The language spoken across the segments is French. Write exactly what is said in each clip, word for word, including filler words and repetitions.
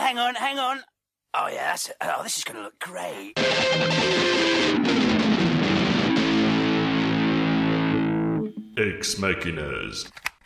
hang on, hang on. Oh yeah, that's it. Oh, this is going to look great. Ex Machinas.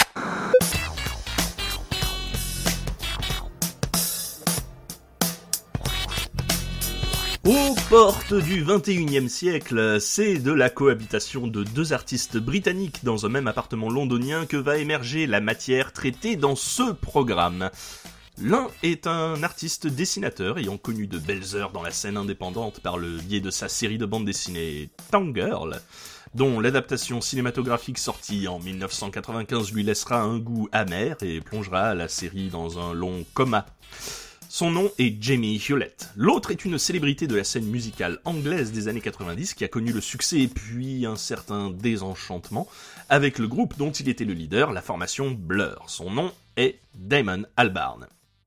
Aux portes du vingt et unième siècle, c'est de la cohabitation de deux artistes britanniques dans un même appartement londonien que va émerger la matière traitée dans ce programme. L'un est un artiste dessinateur ayant connu de belles heures dans la scène indépendante par le biais de sa série de bande dessinée Tank Girl, dont l'adaptation cinématographique sortie en dix-neuf cent quatre-vingt-quinze lui laissera un goût amer et plongera la série dans un long coma. Son nom est Jamie Hewlett. L'autre est une célébrité de la scène musicale anglaise des années quatre-vingt-dix qui a connu le succès puis un certain désenchantement avec le groupe dont il était le leader, la formation Blur. Son nom est Damon Albarn.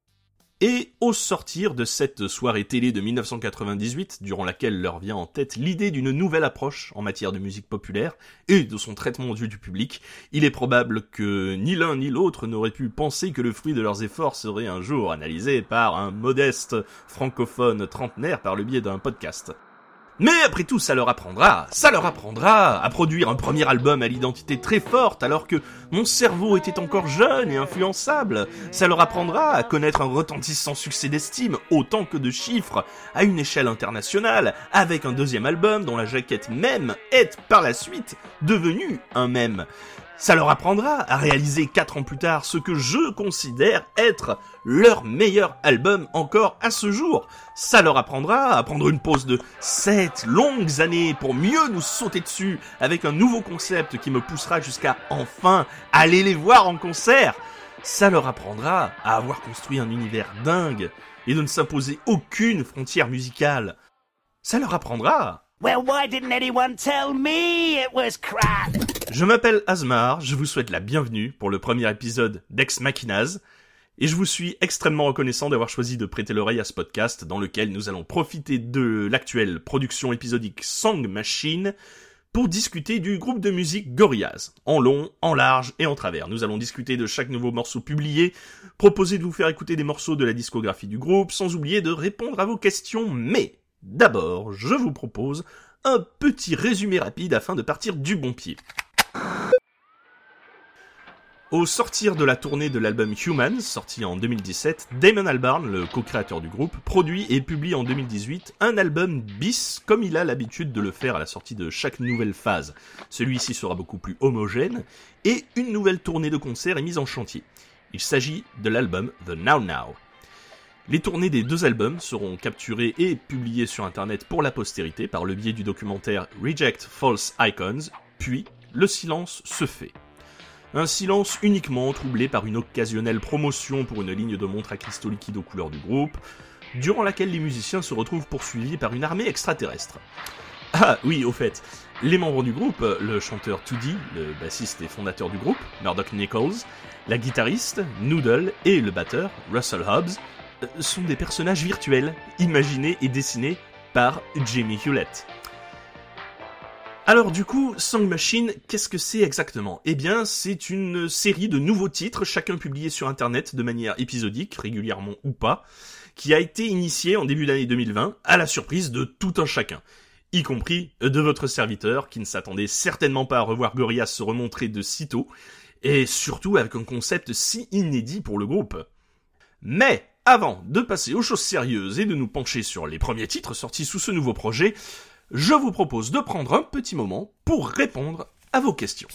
Et au sortir de cette soirée télé de dix-neuf cent quatre-vingt-dix-huit, durant laquelle leur vient en tête l'idée d'une nouvelle approche en matière de musique populaire et de son traitement aux yeux du public, il est probable que ni l'un ni l'autre n'auraient pu penser que le fruit de leurs efforts serait un jour analysé par un modeste francophone trentenaire par le biais d'un podcast. Mais après tout, ça leur apprendra, ça leur apprendra à produire un premier album à l'identité très forte alors que mon cerveau était encore jeune et influençable. Ça leur apprendra à connaître un retentissant succès d'estime, autant que de chiffres, à une échelle internationale, avec un deuxième album dont la jaquette même est par la suite devenue un mème. Ça leur apprendra à réaliser quatre ans plus tard ce que je considère être leur meilleur album encore à ce jour. Ça leur apprendra à prendre une pause de sept longues années pour mieux nous sauter dessus avec un nouveau concept qui me poussera jusqu'à enfin aller les voir en concert. Ça leur apprendra à avoir construit un univers dingue et de ne s'imposer aucune frontière musicale. Ça leur apprendra... Well, why didn't anyone tell me it was crap? Je m'appelle Asmar, je vous souhaite la bienvenue pour le premier épisode d'Ex Machinas, et je vous suis extrêmement reconnaissant d'avoir choisi de prêter l'oreille à ce podcast dans lequel nous allons profiter de l'actuelle production épisodique Song Machine pour discuter du groupe de musique Gorillaz, en long, en large et en travers. Nous allons discuter de chaque nouveau morceau publié, proposer de vous faire écouter des morceaux de la discographie du groupe, sans oublier de répondre à vos questions, mais d'abord, je vous propose un petit résumé rapide afin de partir du bon pied. Au sortir de la tournée de l'album Humans, sorti en deux mille dix-sept, Damon Albarn, le co-créateur du groupe, produit et publie en deux mille dix-huit un album bis comme il a l'habitude de le faire à la sortie de chaque nouvelle phase. Celui-ci sera beaucoup plus homogène et une nouvelle tournée de concerts est mise en chantier. Il s'agit de l'album The Now Now. Les tournées des deux albums seront capturées et publiées sur internet pour la postérité par le biais du documentaire Reject False Icons, puis le silence se fait. Un silence uniquement troublé par une occasionnelle promotion pour une ligne de montre à cristaux liquides aux couleurs du groupe, durant laquelle les musiciens se retrouvent poursuivis par une armée extraterrestre. Ah oui, au fait, les membres du groupe, le chanteur deux D, le bassiste et fondateur du groupe, Murdoch Nichols, la guitariste, Noodle, et le batteur, Russell Hobbs, sont des personnages virtuels, imaginés et dessinés par Jamie Hewlett. Alors du coup, Song Machine, qu'est-ce que c'est exactement ? Eh bien, c'est une série de nouveaux titres, chacun publié sur internet de manière épisodique, régulièrement ou pas, qui a été initiée en début d'année deux mille vingt, à la surprise de tout un chacun, y compris de votre serviteur, qui ne s'attendait certainement pas à revoir Gorillaz se remontrer de sitôt, et surtout avec un concept si inédit pour le groupe. Mais, avant de passer aux choses sérieuses et de nous pencher sur les premiers titres sortis sous ce nouveau projet, je vous propose de prendre un petit moment pour répondre à vos questions.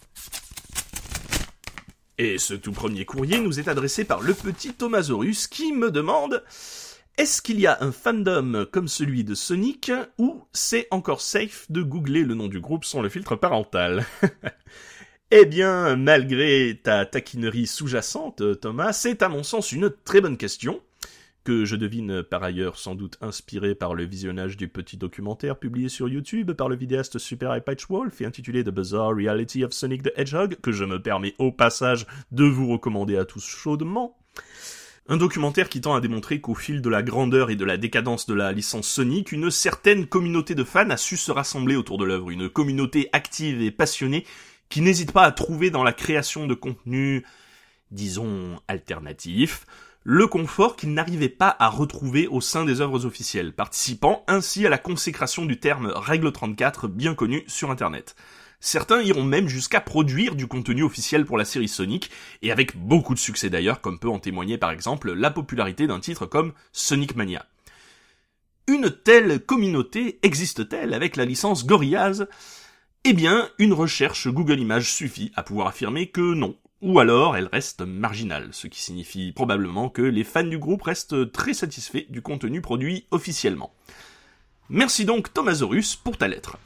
Et ce tout premier courrier nous est adressé par le petit Thomasaurus qui me demande « Est-ce qu'il y a un fandom comme celui de Sonic ou c'est encore safe de googler le nom du groupe sans le filtre parental ?» Eh bien, malgré ta taquinerie sous-jacente, Thomas, c'est à mon sens une très bonne question, que je devine par ailleurs sans doute inspiré par le visionnage du petit documentaire publié sur YouTube par le vidéaste Super High Pitch Wolf et intitulé The Bizarre Reality of Sonic the Hedgehog, que je me permets au passage de vous recommander à tous chaudement. Un documentaire qui tend à démontrer qu'au fil de la grandeur et de la décadence de la licence Sonic, une certaine communauté de fans a su se rassembler autour de l'œuvre, une communauté active et passionnée qui n'hésite pas à trouver dans la création de contenu, disons, alternatif, le confort qu'ils n'arrivaient pas à retrouver au sein des œuvres officielles, participant ainsi à la consécration du terme règle trente-quatre bien connu sur internet. Certains iront même jusqu'à produire du contenu officiel pour la série Sonic, et avec beaucoup de succès d'ailleurs, comme peut en témoigner par exemple la popularité d'un titre comme Sonic Mania. Une telle communauté existe-t-elle avec la licence Gorillaz ? Eh bien, une recherche Google Images suffit à pouvoir affirmer que non. Ou alors, elle reste marginale, ce qui signifie probablement que les fans du groupe restent très satisfaits du contenu produit officiellement. Merci donc Thomasaurus pour ta lettre.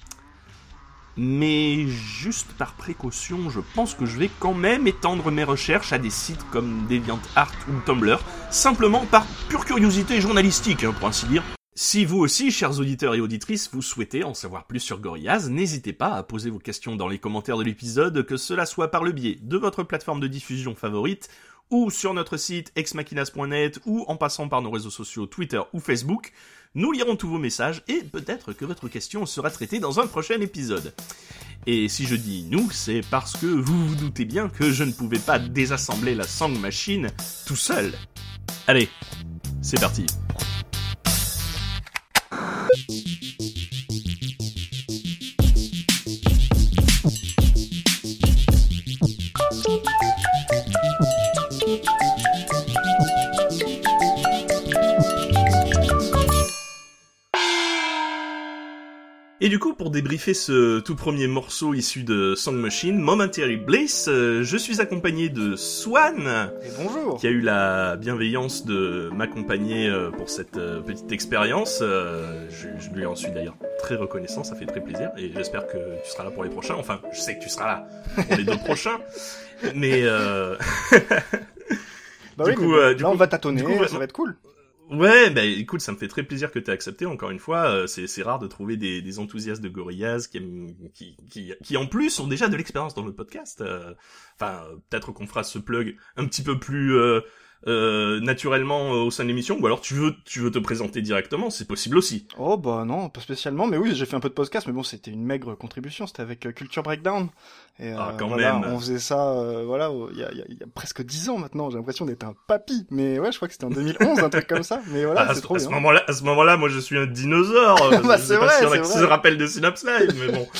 Mais juste par précaution, je pense que je vais quand même étendre mes recherches à des sites comme DeviantArt ou Tumblr, simplement par pure curiosité journalistique, hein, pour ainsi dire. Si vous aussi, chers auditeurs et auditrices, vous souhaitez en savoir plus sur Gorillaz, n'hésitez pas à poser vos questions dans les commentaires de l'épisode, que cela soit par le biais de votre plateforme de diffusion favorite, ou sur notre site exmachinas point net, ou en passant par nos réseaux sociaux Twitter ou Facebook. Nous lirons tous vos messages, et peut-être que votre question sera traitée dans un prochain épisode. Et si je dis nous, c'est parce que vous vous doutez bien que je ne pouvais pas désassembler la Song Machine tout seul. Allez, c'est parti. Et du coup, pour débriefer ce tout premier morceau issu de Song Machine, Momentary Bliss, euh, je suis accompagné de Swan, et bonjour, qui a eu la bienveillance de m'accompagner euh, pour cette euh, petite expérience. Euh, je, je lui en suis d'ailleurs très reconnaissant, ça fait très plaisir, et j'espère que tu seras là pour les prochains. Enfin, je sais que tu seras là pour les deux prochains, mais... Euh... bah du oui, coup, euh, du là coup, on va tâtonner, coup, ça va être cool. Ouais, bah écoute, ça me fait très plaisir que t'aies accepté, encore une fois, euh, c'est, c'est rare de trouver des, des enthousiastes de Gorillaz qui, qui, qui, qui en plus ont déjà de l'expérience dans le podcast. Euh, enfin, euh, peut-être qu'on fera ce plug un petit peu plus euh, euh, naturellement euh, au sein de l'émission, ou alors tu veux, tu veux te présenter directement, c'est possible aussi. Oh bah non, pas spécialement, mais oui, j'ai fait un peu de podcast, mais bon, c'était une maigre contribution, c'était avec euh, Culture Breakdown. Et, ah, euh, quand voilà, même. On faisait ça, euh, voilà, il y a, y, a, y a presque dix ans maintenant. J'ai l'impression d'être un papy, mais ouais, je crois que c'était en deux mille onze, un truc comme ça. Mais voilà, ah, c'est à, trop à bien. Ce moment-là, à ce moment-là, moi, je suis un dinosaure. bah, je c'est sais vrai, pas s'il y en a c'est qui vrai. se rappellent de Synapse Live, mais bon.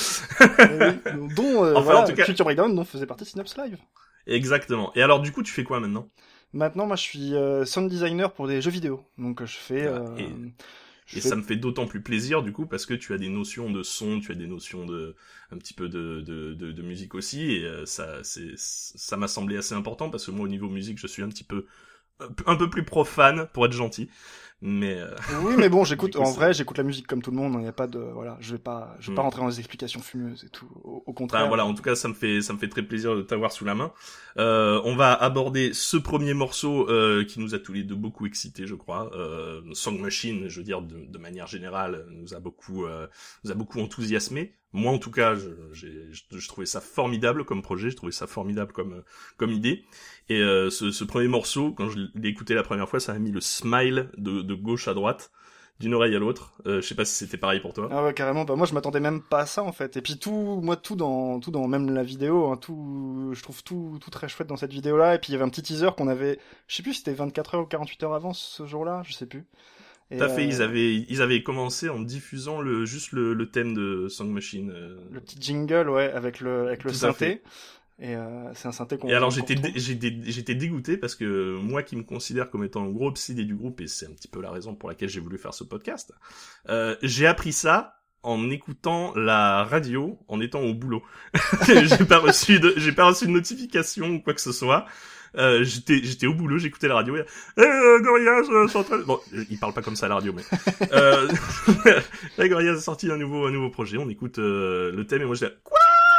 oui, dont, euh, enfin, voilà, en tout cas... Culture Breakdown, dont faisait partie Synapse Live. Exactement. Et alors, du coup, tu fais quoi maintenant ? Maintenant, moi, je suis euh, sound designer pour des jeux vidéo. Donc, je fais. Ah, euh, et je et fais... ça me fait d'autant plus plaisir, du coup, parce que tu as des notions de son, tu as des notions de un petit peu de de de, de musique aussi, et euh, ça c'est ça m'a semblé assez important parce que moi, au niveau musique, je suis un petit peu un peu plus profane, pour être gentil. Mais euh... oui, mais bon, j'écoute. En vrai, j'écoute la musique comme tout le monde. Il y a pas de voilà, je vais pas, je vais mm. pas rentrer dans des explications fumeuses et tout. Au, au contraire. Enfin, voilà, en tout cas, ça me fait, ça me fait très plaisir de t'avoir sous la main. Euh, on va aborder ce premier morceau euh, qui nous a tous les deux beaucoup excités, je crois. Euh, Song Machine, je veux dire, de, de manière générale, nous a beaucoup, euh, nous a beaucoup enthousiasmé. Moi, en tout cas, je, j'ai, je, je trouvais ça formidable comme projet, je trouvais ça formidable comme, comme idée. Et euh, ce, ce premier morceau, quand je l'ai écouté la première fois, ça m'a mis le smile de, de gauche à droite, d'une oreille à l'autre. Euh, je sais pas si c'était pareil pour toi. Ah ouais, carrément. Bah moi, je m'attendais même pas à ça en fait. Et puis tout, moi, tout dans, tout dans même la vidéo, hein, tout, je trouve tout, tout très chouette dans cette vidéo-là. Et puis il y avait un petit teaser qu'on avait, je sais plus, si c'était vingt-quatre heures ou quarante-huit heures avant ce jour-là, je sais plus. Et Tout à fait, euh... ils avaient ils avaient commencé en diffusant le juste le, le thème de Song Machine. Euh... Le petit jingle, ouais, avec le avec le Tout synthé. Et euh, c'est un synthé qu'on. Et alors qu'on j'étais dé- j'étais j'étais dégoûté parce que moi qui me considère comme étant un gros obsédé du groupe, et c'est un petit peu la raison pour laquelle j'ai voulu faire ce podcast, euh, j'ai appris ça en écoutant la radio en étant au boulot. j'ai pas reçu de j'ai pas reçu de notification ou quoi que ce soit. Euh, j'étais j'étais au boulot, j'écoutais la radio et eh euh, Gorillaz euh, sont en train de... bon, il parle pas comme ça à la radio, mais euh là, Gorillaz a sorti un nouveau un nouveau projet, on écoute euh, le thème et moi j'étais quoi.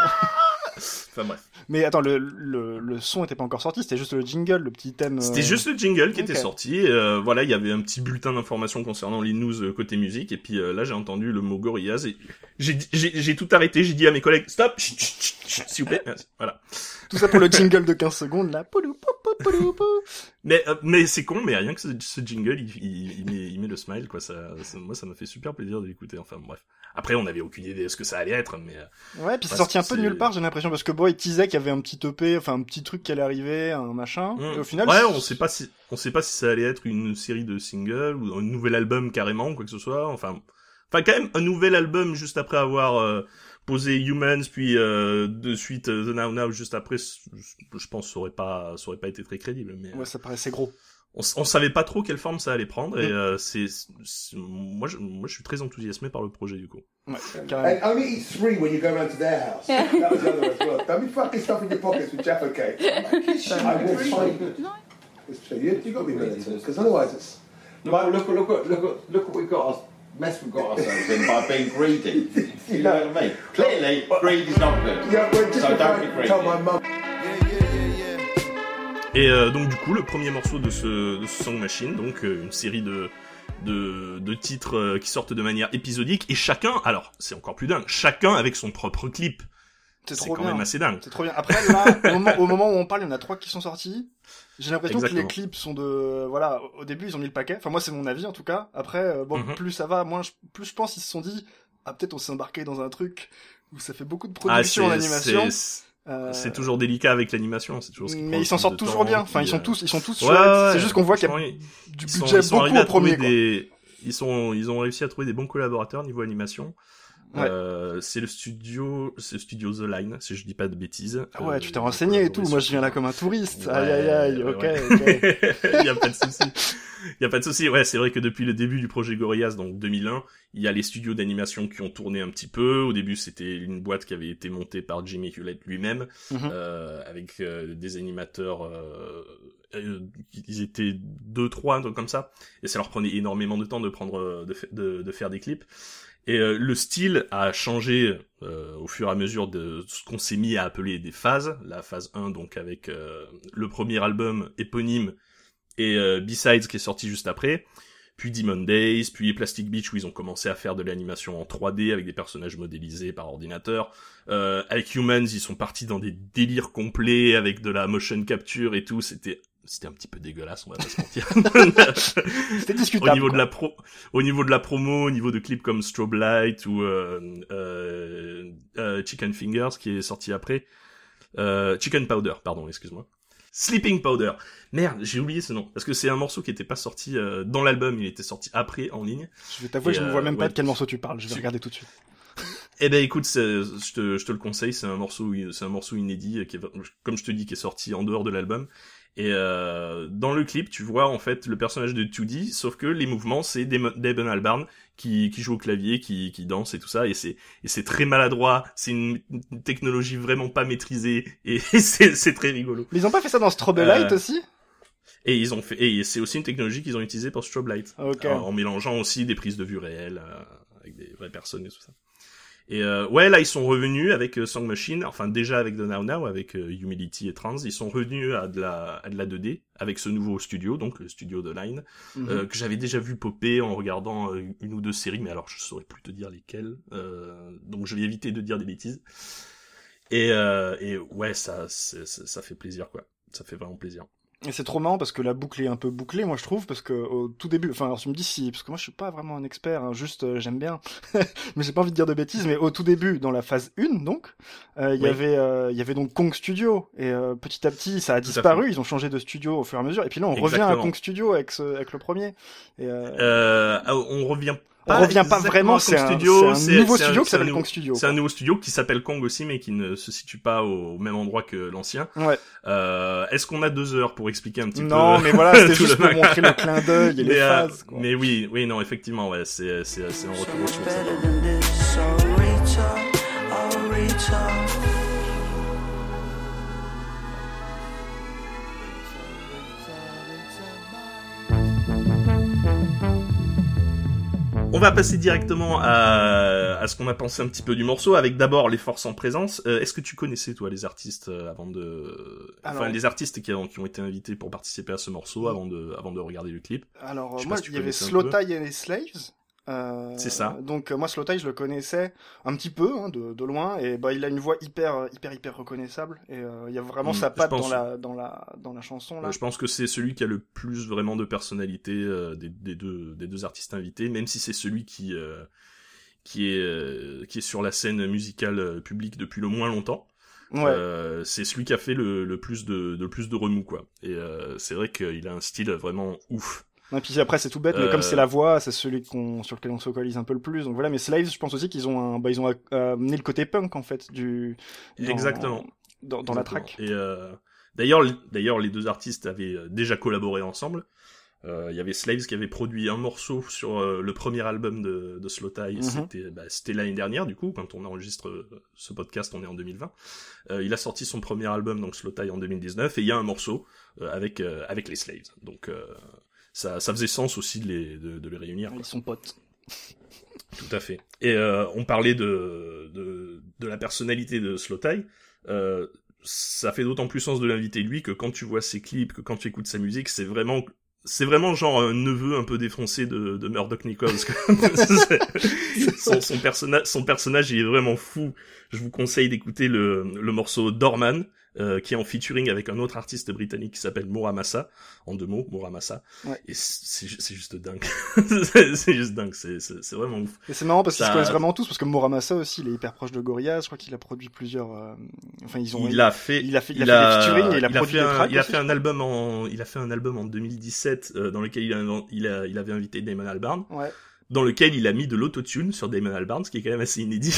Enfin bref. Mais attends, le, le, le son était pas encore sorti, c'était juste le jingle, le petit thème... Euh... C'était juste le jingle qui okay. était sorti, euh, voilà, il y avait un petit bulletin d'information concernant les news euh, côté musique, et puis euh, là j'ai entendu le mot Gorillaz, et j'ai, j'ai, j'ai tout arrêté, j'ai dit à mes collègues, stop, chut, chut, chut, s'il vous plaît, voilà. Tout ça pour le jingle de quinze secondes, là, poulou, poulou, poulou, poulou. Mais, euh, mais c'est con, mais rien que ce, ce jingle, il, il, il, met, il met le smile, quoi, ça, ça, moi ça m'a fait super plaisir de l'écouter, enfin bref. Après, on n'avait aucune idée de ce que ça allait être, mais... Ouais, puis c'est sorti un peu de nulle part, j'ai l'impression, parce que bon, ils teasaient qu'il y avait un petit E P, enfin un petit truc qui allait arriver, un machin. Mmh. Et au final, ouais, c'est... on sait pas si on sait pas si ça allait être une série de singles ou un nouvel album carrément ou quoi que ce soit. Enfin, enfin quand même un nouvel album juste après avoir euh, posé Humans, puis euh, de suite euh, The Now Now juste après. Je pense ça aurait pas ça aurait pas été très crédible. Mais ouais, euh, ça paraissait gros. On, on savait pas trop quelle forme ça allait prendre et mmh. euh, c'est, c'est moi je moi je suis très enthousiasmé par le projet du coup. Ouais, carrément. And only eat three when you go round to their house. That was the other as well. Don't be fucking stuffing your pockets with Jaffa cake. I will find it. It's true. You, you got to be militant because otherwise it's. Look, look, look, look, look, look what we've got us, mess we've got ourselves in by being greedy. You know what I mean? Clearly, greed is not good. Yeah, well, just so before don't I be greedy. told my mum. Et euh, donc du coup le premier morceau de ce, de ce Song Machine, donc euh, une série de de, de titres euh, qui sortent de manière épisodique et chacun, alors c'est encore plus dingue, chacun avec son propre clip. C'est, c'est trop quand bien. même assez dingue. C'est trop bien. Après là, au, moment, au moment où on parle, il y en a trois qui sont sortis. J'ai l'impression Exactement. que les clips sont de, voilà, au début ils ont mis le paquet. Enfin moi c'est mon avis en tout cas. Après euh, bon, Mm-hmm. plus ça va, moins je, plus je pense ils se sont dit, ah peut-être on s'est embarqué dans un truc où ça fait beaucoup de production ah, en animation. C'est, euh... c'est toujours délicat avec l'animation, c'est toujours ce qui mais prend ils s'en sortent toujours temps, bien. Enfin puis, ils sont euh... tous, ils sont tous ouais, chouettes. ouais, c'est juste qu'on voit qu'il y a ils du sont, budget ils sont beaucoup au premier. des... Ils sont, ils ont réussi à trouver des bons collaborateurs niveau animation. Ouais. Euh, c'est le studio, c'est le studio The Line, si je dis pas de bêtises. Ah ouais, euh, tu t'es renseigné et tout. Moi, je viens là comme un touriste. Ouais, aïe, aïe, aïe. ouais, Ok, ouais. ok. Il y a pas de souci. Il y a pas de souci. Ouais, c'est vrai que depuis le début du projet Gorillaz, donc deux mille un, il y a les studios d'animation qui ont tourné un petit peu. Au début, c'était une boîte qui avait été montée par Jimmy Hewlett lui-même, Mm-hmm. euh, avec euh, des animateurs. Euh, euh, ils étaient deux, trois, un truc comme ça, et ça leur prenait énormément de temps de prendre, de, de, de faire des clips. Et euh, le style a changé euh, au fur et à mesure de ce qu'on s'est mis à appeler des phases. La phase un, donc avec euh, le premier album éponyme et euh, B-Sides qui est sorti juste après. Puis Demon Days, puis Plastic Beach où ils ont commencé à faire de l'animation en trois D avec des personnages modélisés par ordinateur. Euh, avec Humans, ils sont partis dans des délires complets avec de la motion capture et tout. C'était C'était un petit peu dégueulasse, on va pas se mentir. C'était discutable. Au niveau quoi. de la pro, au niveau de la promo, au niveau de clips comme Strobe Light ou euh, euh, euh, Chicken Fingers qui est sorti après, euh, Chicken Powder, pardon, excuse-moi. Sleeping Powder. Merde, j'ai oublié ce nom parce que c'est un morceau qui était pas sorti euh, dans l'album, il était sorti après en ligne. Je vais t'avouer, Et je ne euh, vois même ouais, pas de quel morceau tu parles. Je vais tu- regarder tout de suite. Eh ben écoute, c'est- je te, je te le conseille, c'est un morceau, c'est un morceau inédit qui est, comme je te dis, qui est sorti en dehors de l'album. Et euh, dans le clip, tu vois en fait le personnage de deux D, sauf que les mouvements c'est Damon Albarn qui, qui joue au clavier, qui, qui danse et tout ça, et c'est, et c'est très maladroit. C'est une, une technologie vraiment pas maîtrisée, et c'est, c'est très rigolo. Mais ils ont pas fait ça dans Strobe Light Euh, aussi? Et ils ont fait, et c'est aussi une technologie qu'ils ont utilisée pour Strobe Light, Ok. en, en mélangeant aussi des prises de vue réelles euh, avec des vraies personnes et tout ça. Et euh, ouais, là ils sont revenus avec euh, Song Machine, enfin déjà avec The Now Now, avec euh, Humility et Trans, ils sont revenus à de la à de la deux D avec ce nouveau studio, donc le studio The Line, Mhm. euh, que j'avais déjà vu popper en regardant euh, une ou deux séries, mais alors je saurais plus te dire lesquelles, euh, donc je vais éviter de dire des bêtises. Et euh, et ouais, ça c'est, ça ça fait plaisir quoi, ça fait vraiment plaisir. Et c'est trop marrant parce que la boucle est un peu bouclée, moi je trouve, parce que au tout début, enfin alors tu me dis si, parce que moi je suis pas vraiment un expert, hein, juste euh, j'aime bien, mais j'ai pas envie de dire de bêtises, mais au tout début, dans la phase un donc, euh, il y Oui. avait euh, il y avait donc Kong Studio, et euh, petit à petit ça a Tout à disparu, ils ont changé de studio au fur et à mesure, et puis là on revient à Exactement. Kong Studio avec, ce, avec le premier. Et, euh, Euh, on revient on pas revient pas exactement vraiment, à c'est Kong un, Studio, c'est un nouveau c'est studio un- qui c'est un s'appelle nouveau- Kong Studio. C'est un nouveau studio qui s'appelle Kong aussi, mais qui ne se situe pas au même endroit que l'ancien. Ouais. Euh, est-ce qu'on a deux heures pour expliquer un petit peu Non, mais voilà, c'était tout juste le pour montrer le clin d'œil et les mais, euh, phases, quoi. mais oui, oui, non, effectivement, ouais, c'est, c'est, c'est un retour aux sources. Better than this, so reach up, oh reach up. On va passer directement à, à ce qu'on a pensé un petit peu du morceau, avec d'abord les forces en présence. Euh, est-ce que tu connaissais, toi, les artistes euh, avant de... Alors- Enfin, les artistes qui ont, qui ont été invités pour participer à ce morceau avant de, avant de regarder le clip? Alors, Je sais moi, pas si tu il y avait connaissais un Slow peu. Tie et les Slaves. Euh, C'est ça. Donc, euh, moi, Slow Tie, je le connaissais un petit peu, hein, de, de loin, et bah, il a une voix hyper, hyper, hyper reconnaissable, et euh, il y a vraiment Mm, sa je patte pense- dans la, dans la, dans la chanson, là. Euh, je pense que c'est celui qui a le plus vraiment de personnalité euh, des, des deux des deux artistes invités, même si c'est celui qui euh, qui est euh, qui est sur la scène musicale euh, publique depuis le moins longtemps. Ouais. Euh, c'est celui qui a fait le, le plus de, de le plus de remous, quoi. Et euh, c'est vrai qu'il a un style vraiment ouf. Et puis après c'est tout bête, mais Euh... comme c'est la voix, c'est celui qu'on, sur lequel on se focalise un peu le plus. Donc voilà, mais Slaves, je pense aussi qu'ils ont un, bah ils ont amené le côté punk en fait du. Dans, Exactement. Dans, dans Exactement. la track. Et euh, d'ailleurs, d'ailleurs, les deux artistes avaient déjà collaboré ensemble. Il euh, y avait Slaves qui avait produit un morceau sur euh, le premier album de, de Slowthai. Mm-hmm. C'était, bah, c'était l'année dernière, du coup, quand on enregistre euh, ce podcast, on est en deux mille vingt. Euh, il a sorti son premier album, donc Slowthai, en deux mille dix-neuf, et il y a un morceau euh, avec euh, avec les Slaves. Donc euh, ça, ça faisait sens aussi de les de, de les réunir. Ils sont potes. Tout à fait. Et euh, on parlait de, de de la personnalité de Slowthai. Euh, ça fait d'autant plus sens de l'inviter lui que quand tu vois ses clips, que quand tu écoutes sa musique, c'est vraiment c'est vraiment genre un neveu un peu défoncé de, de Murdoch Nichols. son, son, personnage, son personnage, il est vraiment fou. Je vous conseille d'écouter le, le morceau Doorman, euh, qui est en featuring avec un autre artiste britannique qui s'appelle Muramasa, en deux mots, Muramasa. Ouais. Et c'est, c'est juste dingue. c'est, c'est juste dingue, c'est, c'est, c'est vraiment ouf. Et c'est marrant parce qu'ils ça... se connaissent vraiment tous, parce que Muramasa aussi, il est hyper proche de Gorillaz, je crois qu'il a produit plusieurs, euh... enfin ils ont... Il a fait, il a fait, il il a a, fait des featuring et il a il a produit fait des un, tracks il a aussi, fait un album en, il a fait un album en deux mille dix-sept, euh, dans lequel il a, il a, il avait invité Damon Albarn. Ouais. Dans lequel il a mis de l'autotune sur Damon Albarn, ce qui est quand même assez inédit.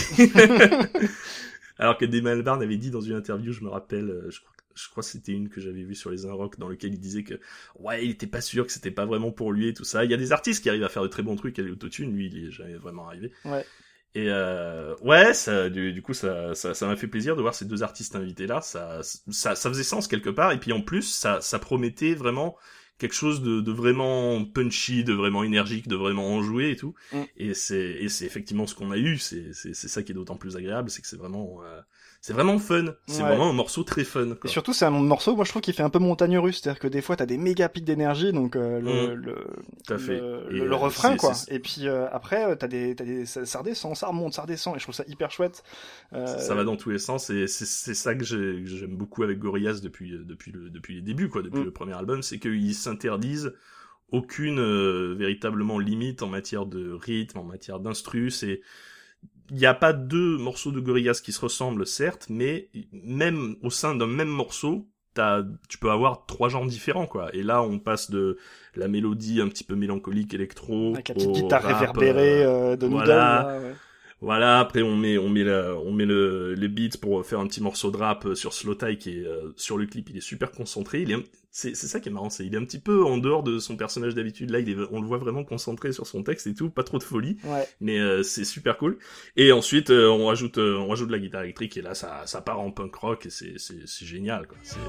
Alors que Damon Albarn avait dit dans une interview, je me rappelle, je crois, je crois que c'était une que j'avais vue sur les Unrock, dans lequel il disait que, ouais, il était pas sûr, que c'était pas vraiment pour lui et tout ça. Il y a des artistes qui arrivent à faire de très bons trucs à l'autotune, lui, il est jamais vraiment arrivé. Ouais. Et euh, ouais, ça, du, du coup, ça, ça, ça m'a fait plaisir de voir ces deux artistes invités là. Ça, ça, ça faisait sens quelque part. Et puis en plus, ça, ça promettait vraiment quelque chose de, de vraiment punchy, de vraiment énergique, de vraiment enjoué et tout. Mm. Et c'est, et c'est effectivement ce qu'on a eu. C'est, c'est, c'est ça qui est d'autant plus agréable, c'est que c'est vraiment, euh, c'est vraiment fun. C'est ouais. vraiment un morceau très fun, quoi. Et surtout, c'est un morceau, moi je trouve qu'il fait un peu montagne russe, c'est-à-dire que des fois t'as des méga pics d'énergie, donc euh, le, mmh. le, Tout à fait. le, et le, euh, le refrain, c'est, quoi. c'est... Et puis euh, après, t'as des, t'as des, ça, ça redescend, ça remonte, ça redescend, et je trouve ça hyper chouette. Euh... Ça, ça va dans tous les sens, et c'est, c'est ça que, j'ai, que j'aime beaucoup avec Gorillaz depuis, depuis, le, depuis les débuts, quoi, depuis mmh. le premier album, c'est qu'ils s'interdisent aucune euh, véritablement limite en matière de rythme, en matière d'instru. C'est, il n'y a pas deux morceaux de Gorillaz qui se ressemblent, certes, mais même au sein d'un même morceau, t'as, tu peux avoir trois genres différents, quoi. Et là, on passe de la mélodie un petit peu mélancolique électro, avec la petite au guitare rap, réverbérée euh, de voilà. Noodle. Là, ouais. Voilà, après on met on met la, on met le les beats pour faire un petit morceau de rap sur Slowthai qui est euh, sur le clip, il est super concentré, il est un, c'est c'est ça qui est marrant, c'est il est un petit peu en dehors de son personnage d'habitude, là il est, on le voit vraiment concentré sur son texte et tout, pas trop de folie. Ouais. Mais euh, c'est super cool. Et ensuite euh, on rajoute euh, on rajoute de la guitare électrique et là ça ça part en punk rock et c'est c'est c'est génial, quoi. C'est,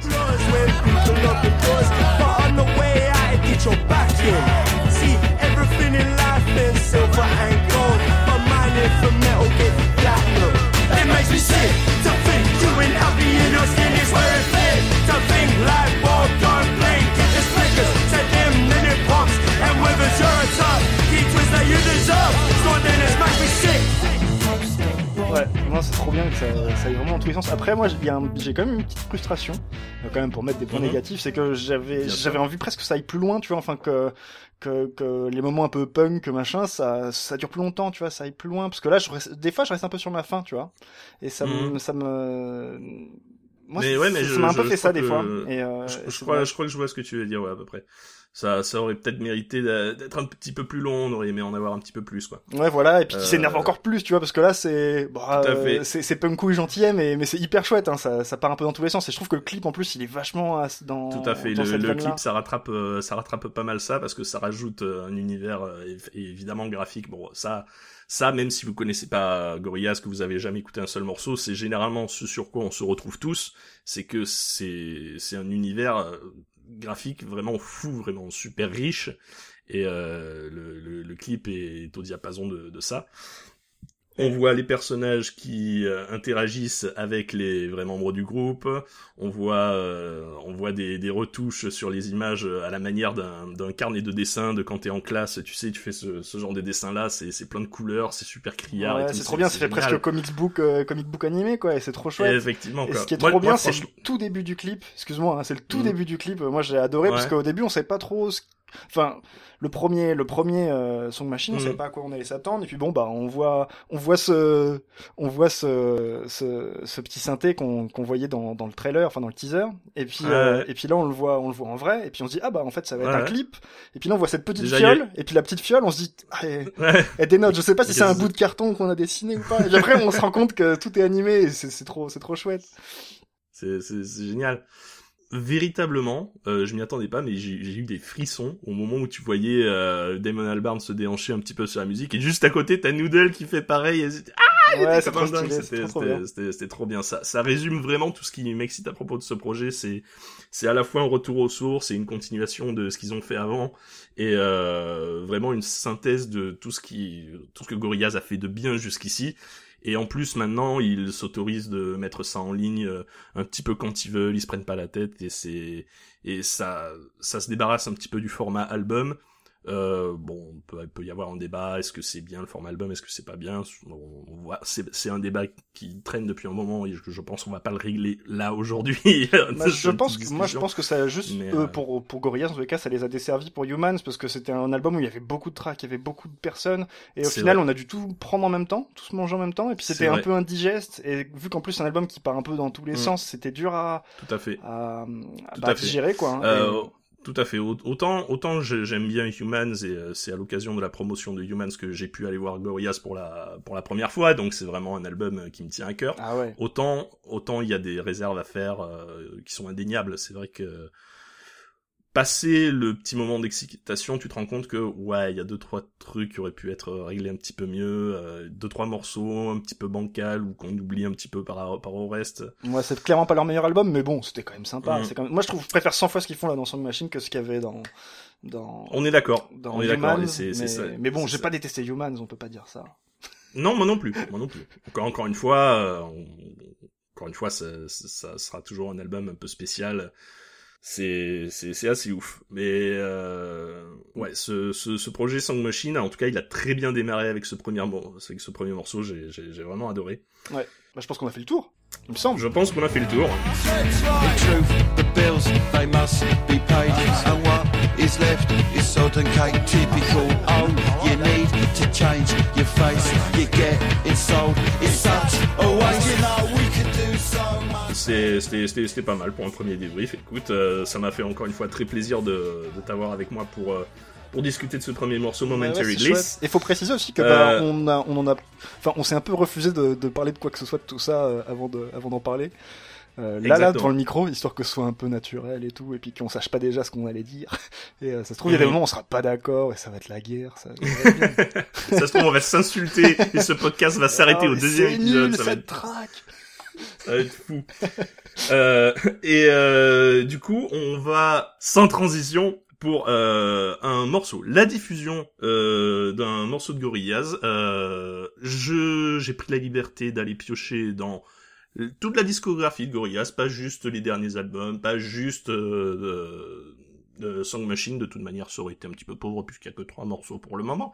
from metal get platinum. It makes me sick to think you ain't happy in your skin is where it fits. To think like ball don't blink, it's flickers, set them then it pops. And whether you're a top, keep twist that you deserve. So then it makes me sick. Ouais, non, c'est trop bien que ça, ça aille vraiment dans tous les sens. Après, moi, j'ai, un, j'ai quand même une petite frustration, euh, quand même pour mettre des points mmh. négatifs, c'est que j'avais, bien j'avais sûr. envie presque que ça aille plus loin, tu vois, enfin que que que les moments un peu punk, machin, ça ça dure plus longtemps, tu vois, ça aille plus loin, parce que là, je reste, des fois, je reste un peu sur ma faim, tu vois, et ça mmh. me ça me moi, mais ouais, mais ça je, m'a un je, peu fait ça que... des fois. Et euh, je, je crois, je crois que je vois ce que tu veux dire, ouais, à peu près. Ça, ça aurait peut-être mérité d'être un petit peu plus long, on aurait aimé en avoir un petit peu plus, quoi. Ouais, voilà, et puis qui euh... s'énerve encore plus, tu vois, parce que là, c'est, bah, euh, c'est, c'est punkouille gentillet, mais, mais c'est hyper chouette, hein, ça, ça part un peu dans tous les sens, et je trouve que le clip, en plus, il est vachement dans, tout à fait, dans le, cette le veine-là. clip, ça rattrape, euh, ça rattrape pas mal ça, parce que ça rajoute un univers, euh, évidemment graphique, bon, ça, ça, même si vous connaissez pas Gorillaz, que vous avez jamais écouté un seul morceau, c'est généralement ce sur quoi on se retrouve tous, c'est que c'est, c'est un univers, euh, graphique vraiment fou, vraiment super riche, et euh, le, le, le clip est au diapason de, de ça. On voit les personnages qui euh, interagissent avec les vrais membres du groupe. On voit, euh, on voit des, des retouches sur les images à la manière d'un, d'un carnet de dessin de quand t'es en classe. Tu sais, tu fais ce, ce genre de dessin-là. C'est, c'est plein de couleurs, c'est super criard. Ouais, et tout, c'est c'est trop bien. c'est ça fait génial. presque comics book, euh, comic book animé, quoi. Et c'est trop chouette. Et effectivement. Et quoi. ce qui est moi, trop bien, moi, c'est franchement... le tout début du clip. Excuse-moi, hein, c'est le tout mmh. début du clip. Moi, j'ai adoré ouais. parce qu'au début, on savait pas trop ce enfin, le premier, le premier euh, Song Machine, on Mhm. savait pas à quoi on allait s'attendre. Et puis bon, bah, on voit, on voit ce, on voit ce, ce, ce petit synthé qu'on, qu'on voyait dans, dans le trailer, enfin dans le teaser. Et puis, Ouais. euh, et puis là, on le voit, on le voit en vrai. Et puis on se dit, ah bah, en fait, ça va être Ouais. un clip. Et puis là, on voit cette petite Déjà, il y a- fiole. Et puis la petite fiole, on se dit, ah, elle, Ouais. elle dénote. Je sais pas si c'est un Qu'est-ce- bout de carton qu'on a dessiné ou pas. Et puis après, on se rend compte que tout est animé. Et c'est, c'est trop, c'est trop chouette. C'est, c'est, c'est génial. Véritablement, euh, je m'y attendais pas, mais j'ai, j'ai eu des frissons au moment où tu voyais euh, Damon Albarn se déhancher un petit peu sur la musique, et juste à côté, t'as Noodle qui fait pareil, et c'était, ah, Ouais, c'était c'est comme trop un dingue, stylé, c'était, c'est trop, trop c'était, bien. c'était, c'était trop bien. Ça, ça résume vraiment tout ce qui m'excite à propos de ce projet. C'est, c'est à la fois un retour aux sources et une continuation de ce qu'ils ont fait avant, et euh, vraiment une synthèse de tout ce qui, tout ce que Gorillaz a fait de bien jusqu'ici. Et en plus, maintenant, ils s'autorisent de mettre ça en ligne euh, un petit peu quand ils veulent, ils se prennent pas la tête, et c'est, et ça, ça se débarrasse un petit peu du format album. Euh, bon, il peut, peut y avoir un débat, est-ce que c'est bien le format album, est-ce que c'est pas bien, on, on voit, c'est, c'est un débat qui traîne depuis un moment, et je, je pense qu'on va pas le régler là aujourd'hui. Moi, je pense que, moi, je pense que ça a juste, Mais, euh, euh, pour, pour Gorillaz, en tout cas, ça les a desservis pour Humans, parce que c'était un album où il y avait beaucoup de tracks, il y avait beaucoup de personnes, et au C'est final, vrai. on a dû tout prendre en même temps, tout se manger en même temps, et puis C'est c'était un vrai. peu indigeste, et vu qu'en plus, c'est un album qui part un peu dans tous les Mm. sens, c'était dur à, Tout à fait. à, Tout bah, à fait. digérer, quoi. hein. Euh, Et- Tout à fait. Au- Autant, autant je- j'aime bien Humans, et euh, c'est à l'occasion de la promotion de Humans que j'ai pu aller voir Gorillaz pour la pour la première fois, donc c'est vraiment un album euh, qui me tient à cœur. Ah ouais. Autant, autant il y a des réserves à faire euh, qui sont indéniables. C'est vrai que passer le petit moment d'excitation, tu te rends compte que ouais, il y a deux trois trucs qui auraient pu être réglés un petit peu mieux, euh, deux trois morceaux un petit peu bancal ou qu'on oublie un petit peu par rapport au reste. Moi, c'est clairement pas leur meilleur album, mais bon, c'était quand même sympa. Mm. C'est quand même... Moi, je trouve, je préfère cent fois ce qu'ils font là dans Song Machine que ce qu'il y avait dans, dans, On est d'accord. dans On est d'accord. Humans, et c'est, c'est mais... ça. mais bon, C'est j'ai ça. pas détesté Humans, on peut pas dire ça. Non, moi non plus, moi non plus. Encore, encore une fois, euh, on- encore une fois, ça, ça, ça sera toujours un album un peu spécial. C'est, c'est, c'est assez ouf. Mais euh, ouais, ce, ce, ce projet Song Machine, en tout cas, il a très bien démarré avec ce premier, mor- avec ce premier morceau. J'ai, j'ai, j'ai vraiment adoré. Ouais. Bah, je pense qu'on a fait le tour. Il me semble. Je pense qu'on a fait le tour. In truth, the bills, they must be paid. And what is left is salt and cake. Typical, oh, you need to change your face. You get it sold, it's such a waste. You know, we could do so much. C'est, c'était, c'était, c'était pas mal pour un premier débrief. Écoute, euh, ça m'a fait encore une fois très plaisir de, de t'avoir avec moi pour, euh, pour discuter de ce premier morceau Momentary Ouais, c'est Bliss. chouette. Et faut préciser aussi que Euh, bah, on a, on en a, enfin, on s'est un peu refusé de, de parler de quoi que ce soit de tout ça euh, avant de, avant d'en parler. Euh, là, là, Exactement. devant le micro, histoire que ce soit un peu naturel et tout, et puis qu'on sache pas déjà ce qu'on allait dire. Et euh, ça se trouve, il y a des Mhm. moments où on sera pas d'accord et ça va être la guerre. Ça, ça va être bien. Ça se trouve, on va s'insulter et ce podcast va s'arrêter Ah, au mais deuxième c'est épisode. nul, Ça va cette être track. Ça va être fou. euh, et euh, du coup, on va sans transition pour euh, un morceau, la diffusion euh, d'un morceau de Gorillaz. Euh, je j'ai pris la liberté d'aller piocher dans toute la discographie de Gorillaz, pas juste les derniers albums, pas juste euh, de, de Song Machine. De toute manière, ça aurait été un petit peu pauvre puisqu'il y a que trois morceaux pour le moment.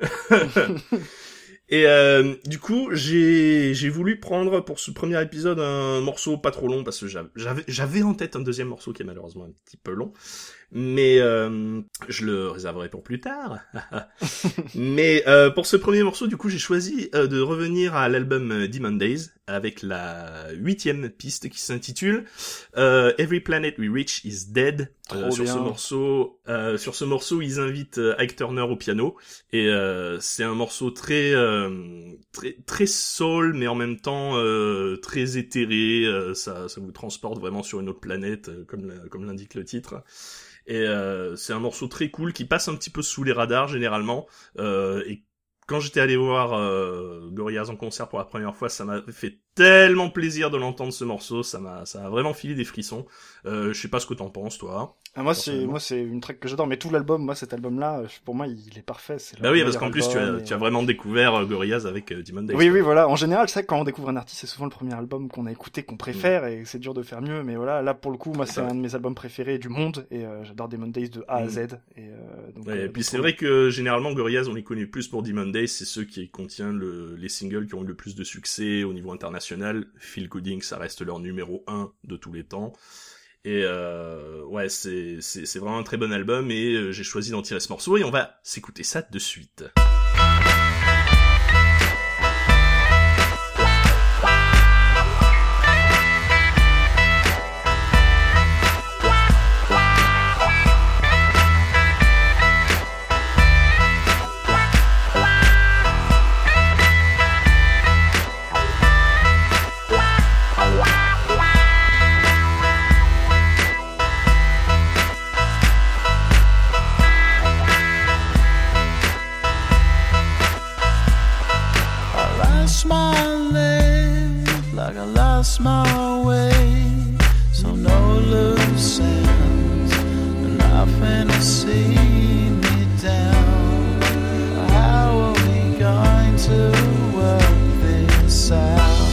Et euh, du coup, j'ai j'ai voulu prendre pour ce premier épisode un morceau pas trop long parce que j'avais j'avais j'avais en tête un deuxième morceau qui est malheureusement un petit peu long, mais euh, je le réserverai pour plus tard. Mais euh, pour ce premier morceau, du coup, j'ai choisi euh, de revenir à l'album euh, Demon Days avec la huitième piste qui s'intitule euh, Every Planet We Reach Is Dead. Euh, Trop sur bien. ce morceau, euh, sur ce morceau, ils invitent euh, Ike Turner au piano et euh, c'est un morceau très euh, très très soul, mais en même temps euh, très éthéré. Euh, ça ça vous transporte vraiment sur une autre planète, euh, comme la- comme l'indique le titre. Et euh, c'est un morceau très cool qui passe un petit peu sous les radars généralement. Euh, et quand j'étais allé voir euh, Gorillaz en concert pour la première fois, ça m'a fait tellement plaisir de l'entendre ce morceau. Ça m'a ça a vraiment filé des frissons. Euh, je sais pas ce que t'en penses, toi. Ah, moi, c'est, Personnellement. moi, c'est une track que j'adore, mais tout l'album, moi, cet album-là, pour moi, il est parfait. C'est Bah leur oui, parce meilleur qu'en plus tu as album, et- tu as vraiment découvert euh, Gorillaz avec euh, Demon Days. Oui, quoi. oui, voilà. En général, c'est vrai que quand on découvre un artiste, c'est souvent le premier album qu'on a écouté, qu'on préfère, et c'est dur de faire mieux. Mais voilà, là, pour le coup, moi, c'est Ouais. un de mes albums préférés du monde, et euh, j'adore Demon Days de A à Mm. Z. Et, euh, donc, Ouais, euh, et puis donc, c'est vrai que généralement Gorillaz on les connaît plus pour Demon Days, c'est ceux qui contiennent le, les singles qui ont eu le plus de succès au niveau international. Feel Gooding, ça reste leur numéro un de tous les temps. Et euh, ouais, c'est, c'est, c'est vraiment un très bon album et euh, j'ai choisi d'en tirer ce morceau et on va s'écouter ça de suite. My way, so no loose ends, nothing to see me down. How are we going to work this out?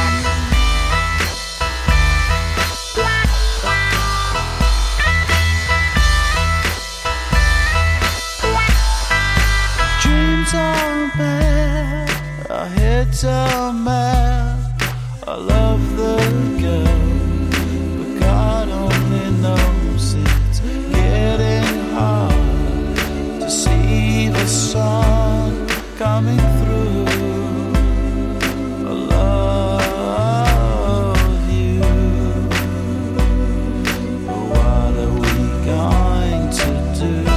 Dreams are bad, our heads are mad. I love the girl, but God only knows it's getting hard to see the sun coming through. I love you, but what are we going to do?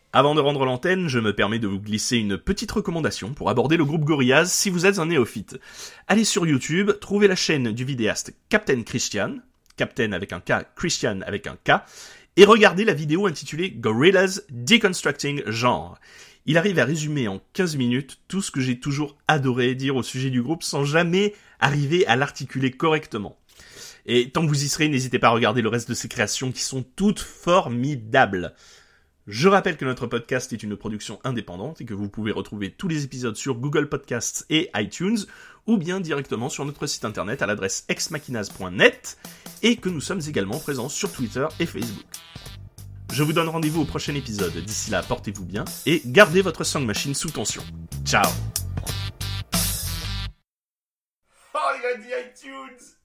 Avant de rendre l'antenne, je me permets de vous glisser une petite recommandation pour aborder le groupe Gorillaz si vous êtes un néophyte. Allez sur YouTube, trouvez la chaîne du vidéaste Captain Christian, Captain avec un K, Christian avec un K, et regardez la vidéo intitulée Gorillaz Deconstructing Genre. Il arrive à résumer en quinze minutes tout ce que j'ai toujours adoré dire au sujet du groupe sans jamais arriver à l'articuler correctement. Et tant que vous y serez, n'hésitez pas à regarder le reste de ces créations qui sont toutes formidables. Je rappelle que notre podcast est une production indépendante et que vous pouvez retrouver tous les épisodes sur Google Podcasts et iTunes ou bien directement sur notre site internet à l'adresse ex machinas point net et que nous sommes également présents sur Twitter et Facebook. Je vous donne rendez-vous au prochain épisode. D'ici là, portez-vous bien et gardez votre song machine sous tension. Ciao. Oh, il a dit iTunes.